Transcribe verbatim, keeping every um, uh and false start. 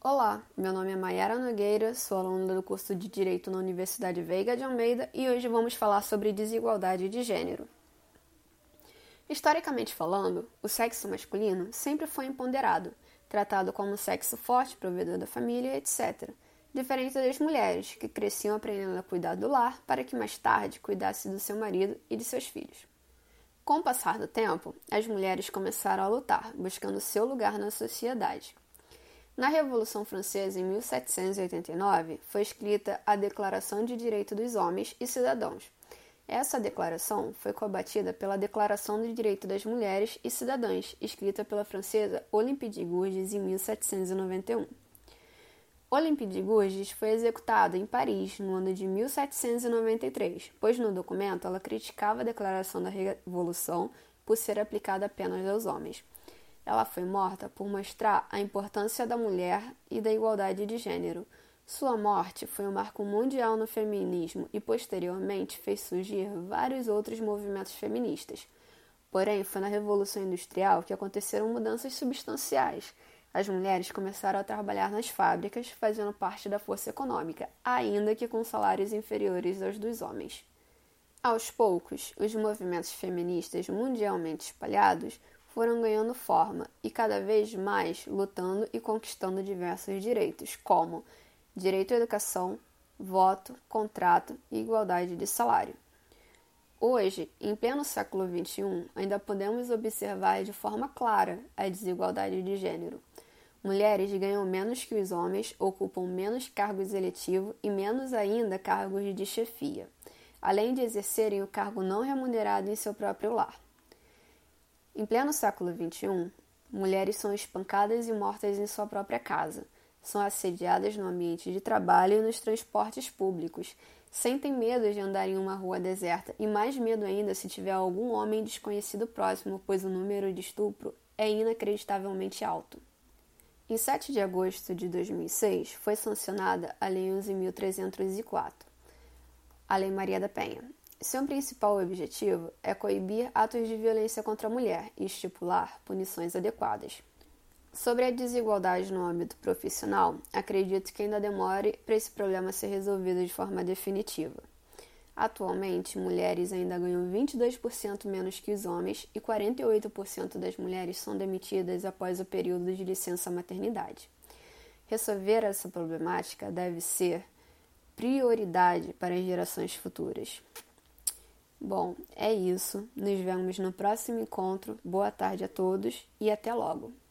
Olá, meu nome é Mayara Nogueira, sou aluna do curso de Direito na Universidade Veiga de Almeida e hoje vamos falar sobre desigualdade de gênero. Historicamente falando, o sexo masculino sempre foi empoderado, tratado como um sexo forte, provedor da família, etcétera, diferente das mulheres, que cresciam aprendendo a cuidar do lar para que mais tarde cuidasse do seu marido e de seus filhos. Com o passar do tempo, as mulheres começaram a lutar, buscando seu lugar na sociedade. Na Revolução Francesa, em mil setecentos e oitenta e nove, foi escrita a Declaração de Direito dos Homens e Cidadãos. Essa declaração foi combatida pela Declaração de Direito das Mulheres e Cidadãs, escrita pela francesa Olympe de Gouges em mil setecentos e noventa e um. Olympe de Gouges foi executada em Paris no ano de mil setecentos e noventa e três, pois no documento ela criticava a Declaração da Revolução por ser aplicada apenas aos homens. Ela foi morta por mostrar a importância da mulher e da igualdade de gênero. Sua morte foi um marco mundial no feminismo e, posteriormente, fez surgir vários outros movimentos feministas. Porém, foi na Revolução Industrial que aconteceram mudanças substanciais. As mulheres começaram a trabalhar nas fábricas, fazendo parte da força econômica, ainda que com salários inferiores aos dos homens. Aos poucos, os movimentos feministas mundialmente espalhados foram ganhando forma e cada vez mais lutando e conquistando diversos direitos, como direito à educação, voto, contrato e igualdade de salário. Hoje, em pleno século vinte e um, ainda podemos observar de forma clara a desigualdade de gênero. Mulheres ganham menos que os homens, ocupam menos cargos eletivos e menos ainda cargos de chefia, além de exercerem o cargo não remunerado em seu próprio lar. Em pleno século vinte e um, mulheres são espancadas e mortas em sua própria casa, são assediadas no ambiente de trabalho e nos transportes públicos, sentem medo de andar em uma rua deserta e mais medo ainda se tiver algum homem desconhecido próximo, pois o número de estupro é inacreditavelmente alto. Em sete de agosto de dois mil e seis, foi sancionada a Lei onze mil trezentos e quatro, a Lei Maria da Penha. Seu principal objetivo é coibir atos de violência contra a mulher e estipular punições adequadas. Sobre a desigualdade no âmbito profissional, acredito que ainda demore para esse problema ser resolvido de forma definitiva. Atualmente, mulheres ainda ganham vinte e dois por cento menos que os homens e quarenta e oito por cento das mulheres são demitidas após o período de licença maternidade. Resolver essa problemática deve ser prioridade para as gerações futuras. Bom, é isso. Nos vemos no próximo encontro. Boa tarde a todos e até logo.